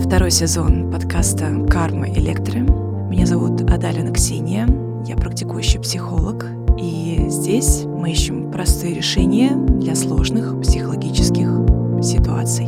Второй сезон подкаста «Карма Электро». Меня зовут Адалина Ксения, я практикующий психолог, и здесь мы ищем простые решения для сложных психологических ситуаций.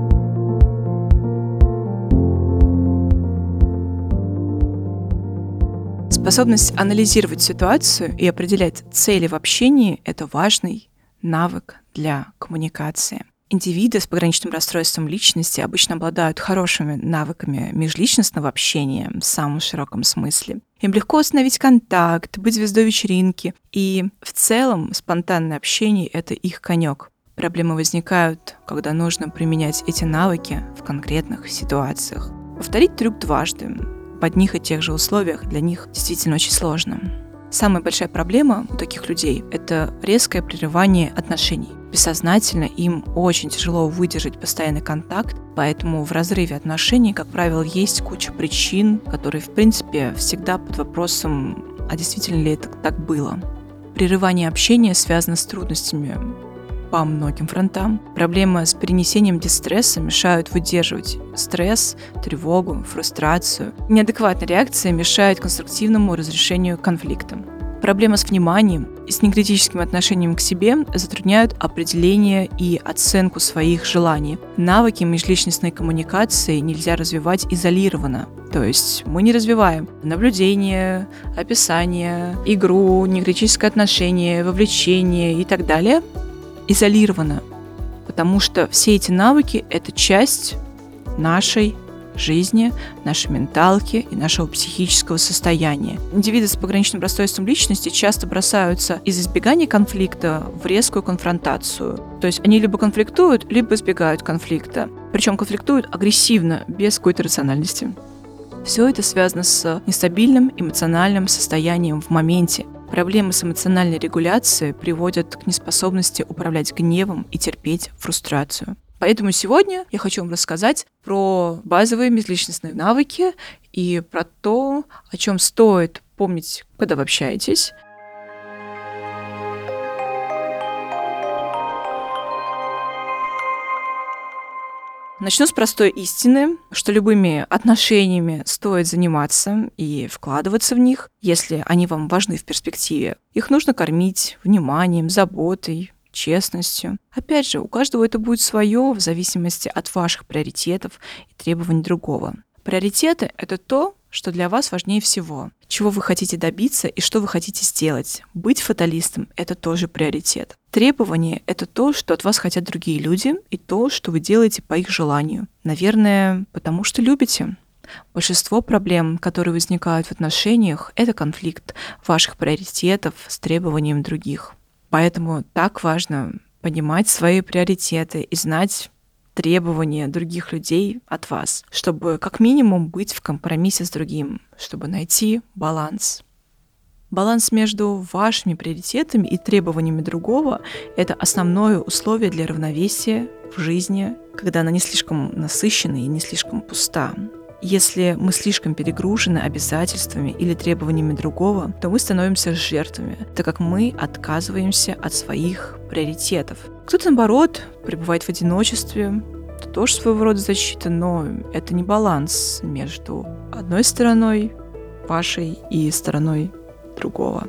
Способность анализировать ситуацию и определять цели в общении – это важный навык для коммуникации. Индивиды с пограничным расстройством личности обычно обладают хорошими навыками межличностного общения в самом широком смысле. Им легко установить контакт, быть звездой вечеринки, и в целом спонтанное общение – это их конек. Проблемы возникают, когда нужно применять эти навыки в конкретных ситуациях. Повторить трюк дважды в одних и тех же условиях для них действительно очень сложно. Самая большая проблема у таких людей – это резкое прерывание отношений. Бессознательно им очень тяжело выдержать постоянный контакт, поэтому в разрыве отношений, как правило, есть куча причин, которые, в принципе, всегда под вопросом, а действительно ли это так было. Прерывание общения связано с трудностями по многим фронтам. Проблемы с перенесением дистресса мешают выдерживать стресс, тревогу, фрустрацию. Неадекватная реакция мешает конструктивному разрешению конфликта. Проблемы с вниманием и с некритическим отношением к себе затрудняют определение и оценку своих желаний. Навыки межличностной коммуникации нельзя развивать изолированно. То есть мы не развиваем наблюдение, описание, игру, некритическое отношение, вовлечение и так далее изолированно, потому что все эти навыки – это часть нашей жизни, нашей менталки и нашего психического состояния. Индивиды с пограничным расстройством личности часто бросаются из избегания конфликта в резкую конфронтацию. То есть они либо конфликтуют, либо избегают конфликта. Причем конфликтуют агрессивно, без какой-то рациональности. Все это связано с нестабильным эмоциональным состоянием в моменте. Проблемы с эмоциональной регуляцией приводят к неспособности управлять гневом и терпеть фрустрацию. Поэтому сегодня я хочу вам рассказать про базовые межличностные навыки и про то, о чем стоит помнить, когда вы общаетесь. Начну с простой истины, что любыми отношениями стоит заниматься и вкладываться в них, если они вам важны в перспективе. Их нужно кормить вниманием, заботой, честностью. Опять же, у каждого это будет свое в зависимости от ваших приоритетов и требований другого. Приоритеты – это то, что для вас важнее всего, чего вы хотите добиться и что вы хотите сделать. Быть фаталистом – это тоже приоритет. Требования – это то, что от вас хотят другие люди, и то, что вы делаете по их желанию. Наверное, потому что любите. Большинство проблем, которые возникают в отношениях, это конфликт ваших приоритетов с требованием других. Поэтому так важно понимать свои приоритеты и знать требования других людей от вас, чтобы как минимум быть в компромиссе с другим, чтобы найти баланс. Баланс между вашими приоритетами и требованиями другого – это основное условие для равновесия в жизни, когда она не слишком насыщена и не слишком пуста. Если мы слишком перегружены обязательствами или требованиями другого, то мы становимся жертвами, так как мы отказываемся от своих приоритетов. Кто-то, наоборот, пребывает в одиночестве, это тоже своего рода защита, но это не баланс между одной стороной вашей и стороной другого.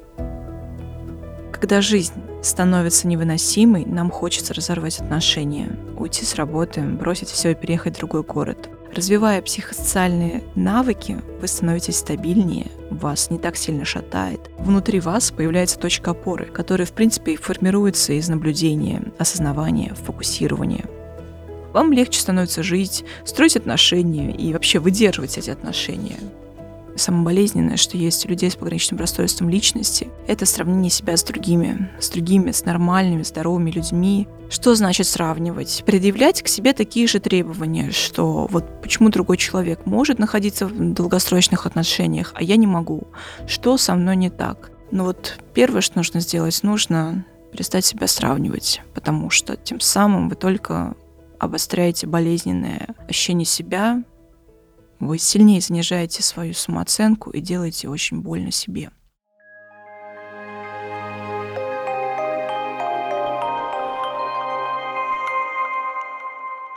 Когда жизнь становится невыносимой, нам хочется разорвать отношения, уйти с работы, бросить все и переехать в другой город. Развивая психосоциальные навыки, вы становитесь стабильнее, вас не так сильно шатает. Внутри вас появляется точка опоры, которая, в принципе, и формируется из наблюдения, осознавания, фокусирования. Вам легче становится жить, строить отношения и вообще выдерживать эти отношения. Самое болезненное, что есть у людей с пограничным расстройством личности, это сравнение себя с другими, с нормальными, здоровыми людьми. Что значит сравнивать? Предъявлять к себе такие же требования, что вот почему другой человек может находиться в долгосрочных отношениях, а я не могу. Что со мной не так? Но вот первое, что нужно сделать, нужно перестать себя сравнивать, потому что тем самым вы только обостряете болезненное ощущение себя, вы сильнее занижаете свою самооценку и делаете очень больно себе.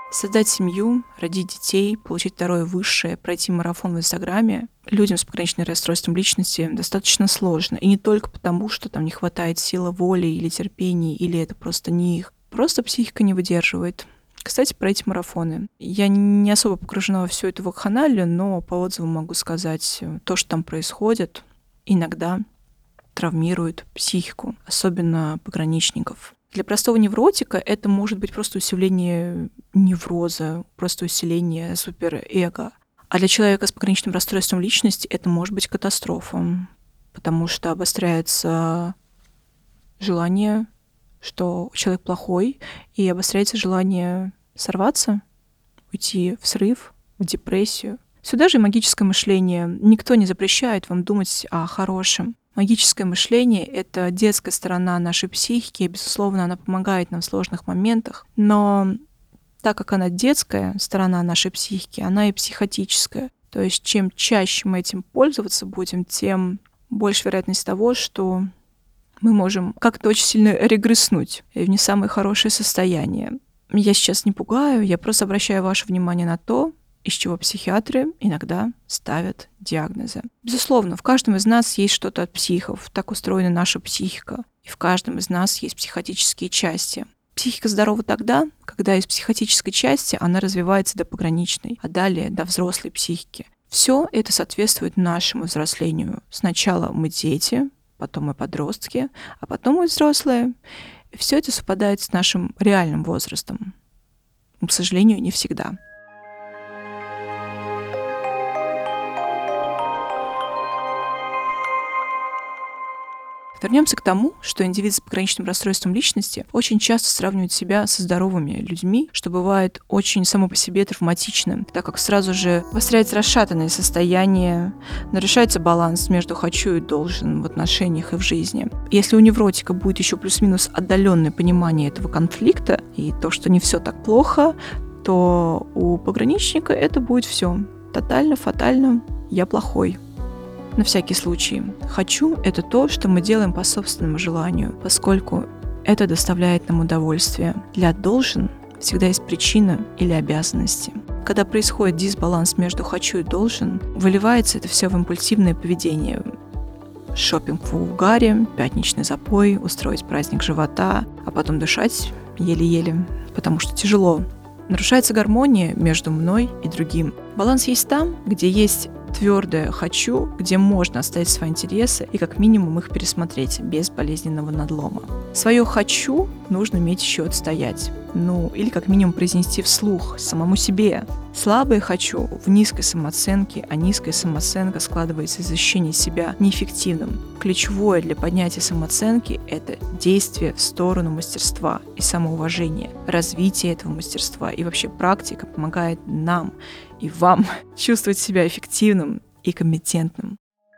Создать семью, родить детей, получить второе высшее, пройти марафон в Инстаграме людям с пограничным расстройством личности достаточно сложно. И не только потому, что там не хватает силы воли или терпения, или это просто не их. Просто психика не выдерживает. Кстати, про эти марафоны. Я не особо погружена во всю эту вакханалию, но по отзывам могу сказать, то, что там происходит, иногда травмирует психику, особенно пограничников. Для простого невротика это может быть просто усиление невроза, просто усиление суперэго. А для человека с пограничным расстройством личности это может быть катастрофа, потому что обостряется желание, что человек плохой, и обостряется желание сорваться, уйти в срыв, в депрессию. Сюда же магическое мышление. Никто не запрещает вам думать о хорошем. Магическое мышление — это детская сторона нашей психики, и, безусловно, она помогает нам в сложных моментах. Но так как она детская сторона нашей психики, она и психотическая. То есть чем чаще мы этим пользоваться будем, тем больше вероятность того, что мы можем как-то очень сильно регресснуть в не самое хорошее состояние. Я сейчас не пугаю, я просто обращаю ваше внимание на то, из чего психиатры иногда ставят диагнозы. Безусловно, в каждом из нас есть что-то от психов, так устроена наша психика, и в каждом из нас есть психотические части. Психика здорова тогда, когда из психотической части она развивается до пограничной, а далее до взрослой психики. Все это соответствует нашему взрослению. Сначала мы дети, потом мы подростки, а потом мы взрослые. И все это совпадает с нашим реальным возрастом. Но, к сожалению, не всегда. Вернемся к тому, что индивиды с пограничным расстройством личности очень часто сравнивают себя со здоровыми людьми, что бывает очень само по себе травматичным, так как сразу же обостряется расшатанное состояние, нарушается баланс между «хочу» и «должен» в отношениях и в жизни. Если у невротика будет еще плюс-минус отдаленное понимание этого конфликта и то, что не все так плохо, то у пограничника это будет все тотально, фатально «я плохой». На всякий случай. «Хочу» — это то, что мы делаем по собственному желанию, поскольку это доставляет нам удовольствие. Для «должен» всегда есть причина или обязанности. Когда происходит дисбаланс между «хочу» и «должен», выливается это все в импульсивное поведение. Шопинг в угаре, пятничный запой, устроить праздник живота, а потом дышать еле-еле, потому что тяжело. Нарушается гармония между мной и другим. Баланс есть там, где есть твердое «хочу», где можно оставить свои интересы и как минимум их пересмотреть без болезненного надлома. Свое «хочу» нужно уметь еще отстоять. Или как минимум произнести вслух самому себе. Слабое «хочу» в низкой самооценке, а низкая самооценка складывается из ощущения себя неэффективным. Ключевое для поднятия самооценки — это действие в сторону мастерства и самоуважения, развитие этого мастерства. И вообще практика помогает нам и вам чувствовать себя эффективным и компетентным.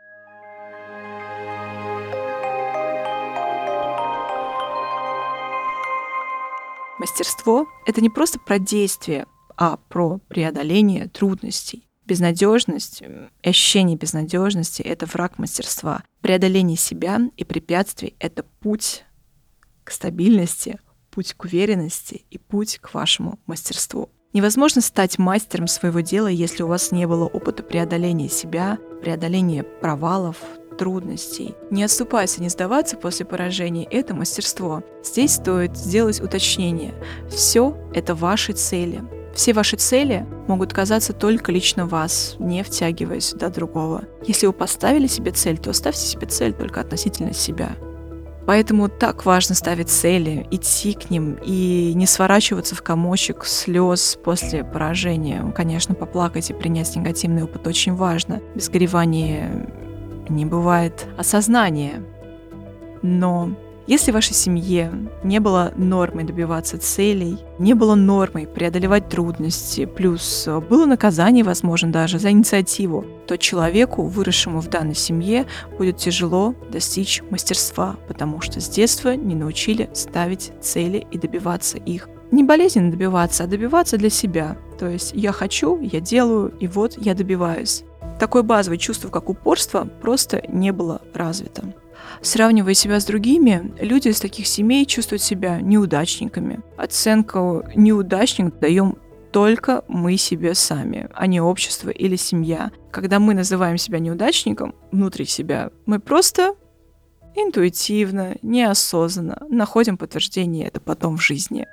Мастерство — это не просто про действие, а про преодоление трудностей. Безнадежность, ощущение безнадежности — это враг мастерства. Преодоление себя и препятствий — это путь к стабильности, путь к уверенности и путь к вашему мастерству. Невозможно стать мастером своего дела, если у вас не было опыта преодоления себя, преодоления провалов, трудностей. Не отступаться, не сдаваться после поражений — это мастерство. Здесь стоит сделать уточнение. Все это ваши цели. Все ваши цели могут казаться только лично вас, не втягивая сюда другого. Если вы поставили себе цель, то ставьте себе цель только относительно себя. Поэтому так важно ставить цели, идти к ним и не сворачиваться в комочек слез после поражения. Конечно, поплакать и принять негативный опыт очень важно. Без горевания не бывает осознания. Но если в вашей семье не было нормой добиваться целей, не было нормой преодолевать трудности, плюс было наказание, возможно, даже за инициативу, то человеку, выросшему в данной семье, будет тяжело достичь мастерства, потому что с детства не научили ставить цели и добиваться их. Не болезненно добиваться, а добиваться для себя. То есть я хочу, я делаю, и вот я добиваюсь. Такое базовое чувство, как упорство, просто не было развито. Сравнивая себя с другими, люди из таких семей чувствуют себя неудачниками. Оценку «неудачник» даем только мы себе сами, а не общество или семья. Когда мы называем себя неудачником внутри себя, мы просто интуитивно, неосознанно находим подтверждение это потом в жизни.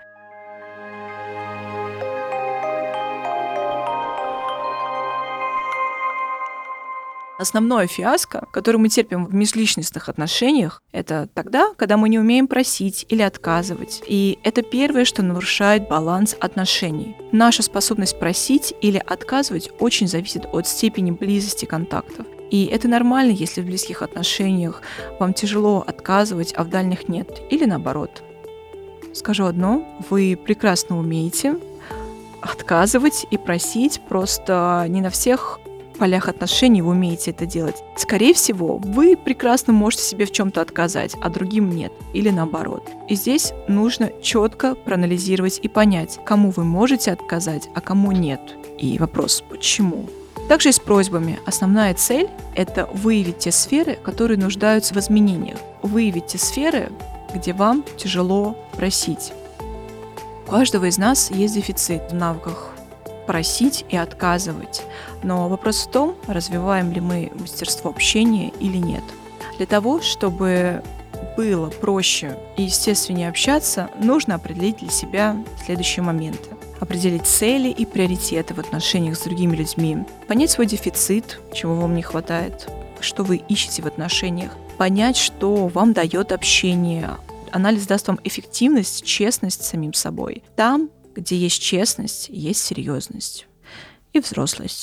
Основное фиаско, которое мы терпим в межличностных отношениях, это тогда, когда мы не умеем просить или отказывать. И это первое, что нарушает баланс отношений. Наша способность просить или отказывать очень зависит от степени близости контактов. И это нормально, если в близких отношениях вам тяжело отказывать, а в дальних нет. Или наоборот. Скажу одно, вы прекрасно умеете отказывать и просить, просто не на всех полях отношений вы умеете это делать. Скорее всего, вы прекрасно можете себе в чем-то отказать, а другим нет. Или наоборот. И здесь нужно четко проанализировать и понять, кому вы можете отказать, а кому нет. И вопрос, почему? Также и с просьбами. Основная цель – это выявить те сферы, которые нуждаются в изменениях. Выявить те сферы, где вам тяжело просить. У каждого из нас есть дефицит в навыках просить и отказывать. Но вопрос в том, развиваем ли мы мастерство общения или нет. Для того, чтобы было проще и естественнее общаться, нужно определить для себя следующие моменты. Определить цели и приоритеты в отношениях с другими людьми. Понять свой дефицит, чего вам не хватает, что вы ищете в отношениях. Понять, что вам дает общение. Анализ даст вам эффективность, честность с самим собой. Там, где есть честность, есть серьезность и взрослость.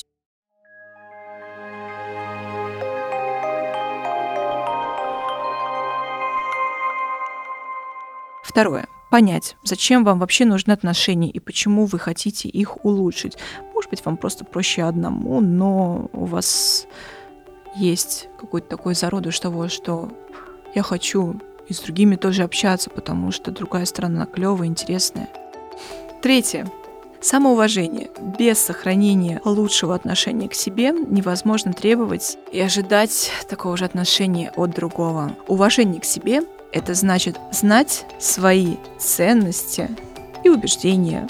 Второе. Понять, зачем вам вообще нужны отношения и почему вы хотите их улучшить. Может быть, вам просто проще одному, но у вас есть какой-то такой зародыш того, что я хочу и с другими тоже общаться, потому что другая сторона клёвая, интересная. Третье. Самоуважение. Без сохранения лучшего отношения к себе невозможно требовать и ожидать такого же отношения от другого. Уважение к себе – это значит знать свои ценности и убеждения.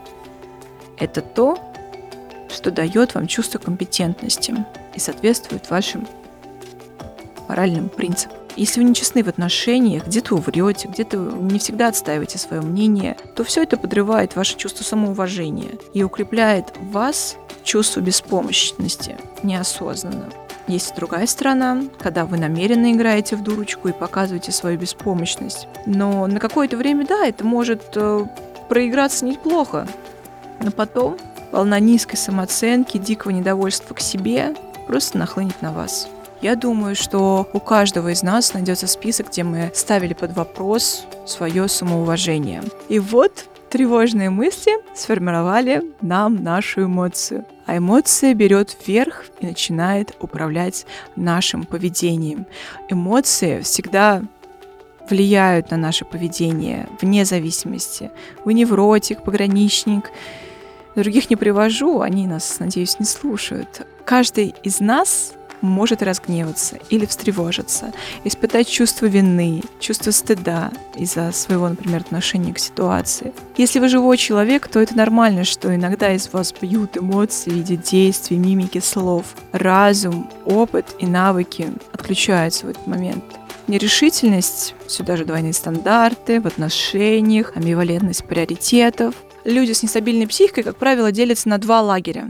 Это то, что дает вам чувство компетентности и соответствует вашим моральным принципам. Если вы не честны в отношениях, где-то вы врете, где-то вы не всегда отстаиваете свое мнение, то все это подрывает ваше чувство самоуважения и укрепляет в вас чувство беспомощности неосознанно. Есть другая сторона, когда вы намеренно играете в дурочку и показываете свою беспомощность. Но на какое-то время, да, это может проиграться неплохо. Но потом волна низкой самооценки, дикого недовольства к себе просто нахлынет на вас. Я думаю, что у каждого из нас найдется список, где мы ставили под вопрос свое самоуважение. И вот тревожные мысли сформировали нам нашу эмоцию. А эмоция берет вверх и начинает управлять нашим поведением. Эмоции всегда влияют на наше поведение вне зависимости. Вы невротик, пограничник. Других не привожу, они нас, надеюсь, не слушают. Каждый из нас может разгневаться или встревожиться, испытать чувство вины, чувство стыда из-за своего, например, отношения к ситуации. Если вы живой человек, то это нормально, что иногда из вас бьют эмоции в виде действий, мимики, слов. Разум, опыт и навыки отключаются в этот момент. Нерешительность, сюда же двойные стандарты в отношениях, амбивалентность приоритетов. Люди с нестабильной психикой, как правило, делятся на два лагеря.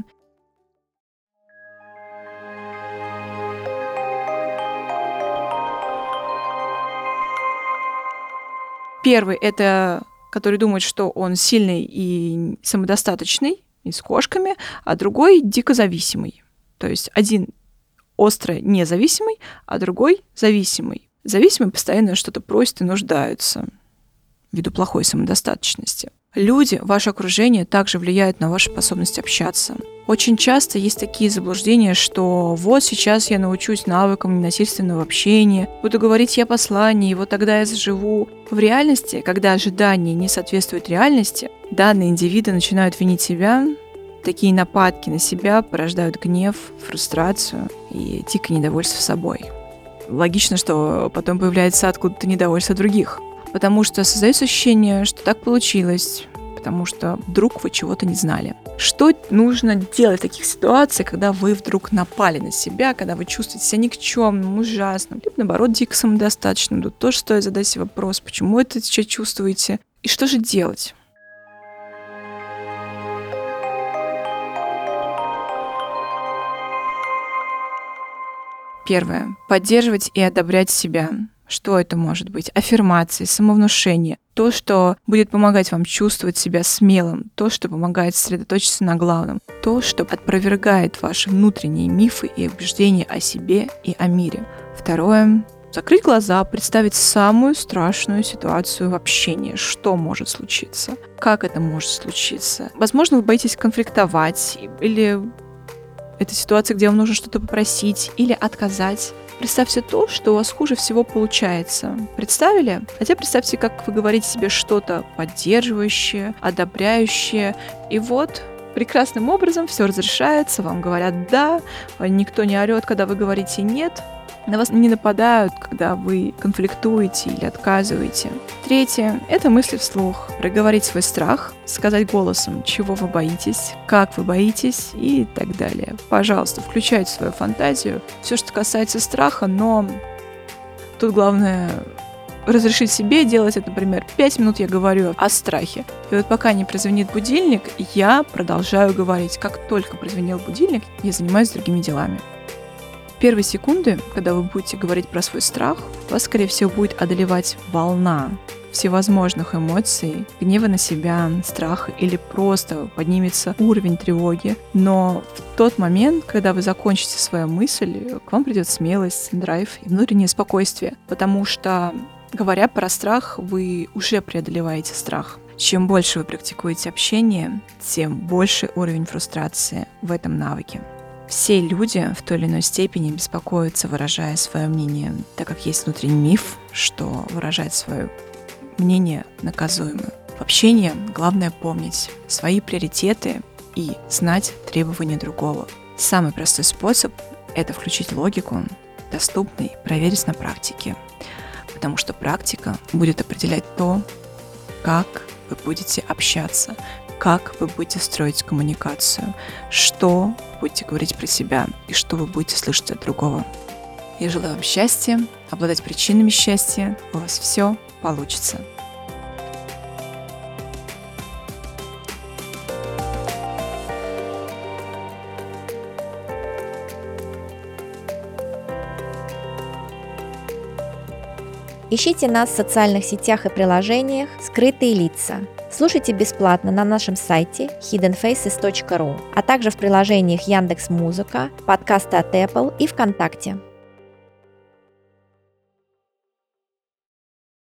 Первый – это который думает, что он сильный и самодостаточный, и с кошками, а другой – дико зависимый. То есть один остро независимый, а другой – зависимый. Зависимый постоянно что-то просит и нуждается ввиду плохой самодостаточности. Люди, ваше окружение также влияют на вашу способность общаться. Очень часто есть такие заблуждения, что вот сейчас я научусь навыкам ненасильственного общения, буду говорить я послание, и вот тогда я заживу. В реальности, когда ожидания не соответствуют реальности, данные индивиды начинают винить себя. Такие нападки на себя порождают гнев, фрустрацию и дикое недовольство собой. Логично, что потом появляется откуда-то недовольство других. Потому что создается ощущение, что так получилось, потому что вдруг вы чего-то не знали. Что нужно делать в таких ситуациях, когда вы вдруг напали на себя, когда вы чувствуете себя никчемным, ужасным, либо наоборот дико самодостаточным? Тут тоже стоит задать себе вопрос, почему это сейчас чувствуете, и что же делать? Первое. Поддерживать и одобрять себя. Что это может быть? Аффирмации, самовнушение. То, что будет помогать вам чувствовать себя смелым. То, что помогает сосредоточиться на главном. То, что опровергает ваши внутренние мифы и убеждения о себе и о мире. Второе. Закрыть глаза, представить самую страшную ситуацию в общении. Что может случиться? Как это может случиться? Возможно, вы боитесь конфликтовать или это ситуация, где вам нужно что-то попросить или отказать. Представьте то, что у вас хуже всего получается. Представили? А теперь представьте, как вы говорите себе что-то поддерживающее, одобряющее. И вот прекрасным образом все разрешается, вам говорят «да», никто не орет, когда вы говорите «нет». На вас не нападают, когда вы конфликтуете или отказываете. Третье – это мысли вслух. Проговорить свой страх, сказать голосом, чего вы боитесь, как вы боитесь и так далее. Пожалуйста, включайте свою фантазию. Все, что касается страха, но тут главное разрешить себе делать это, например, 5 минут я говорю о страхе. И вот пока не прозвенит будильник, я продолжаю говорить. Как только прозвенел будильник, я занимаюсь другими делами. Первые секунды, когда вы будете говорить про свой страх, вас, скорее всего, будет одолевать волна всевозможных эмоций, гнева на себя, страха или просто поднимется уровень тревоги. Но в тот момент, когда вы закончите свою мысль, к вам придет смелость, драйв и внутреннее спокойствие, потому что, говоря про страх, вы уже преодолеваете страх. Чем больше вы практикуете общение, тем больше уровень фрустрации в этом навыке. Все люди в той или иной степени беспокоятся, выражая свое мнение, так как есть внутренний миф, что выражать свое мнение наказуемо. В общении главное помнить свои приоритеты и знать требования другого. Самый простой способ – это включить логику, доступный, проверить на практике, потому что практика будет определять то, как вы будете общаться, как вы будете строить коммуникацию, что будете говорить про себя и что вы будете слышать от другого. Я желаю вам счастья, обладать причинами счастья, у вас все получится. Ищите нас в социальных сетях и приложениях «Скрытые лица». Слушайте бесплатно на нашем сайте hiddenfaces.ru, а также в приложениях Яндекс.Музыка, подкасты от Apple и ВКонтакте.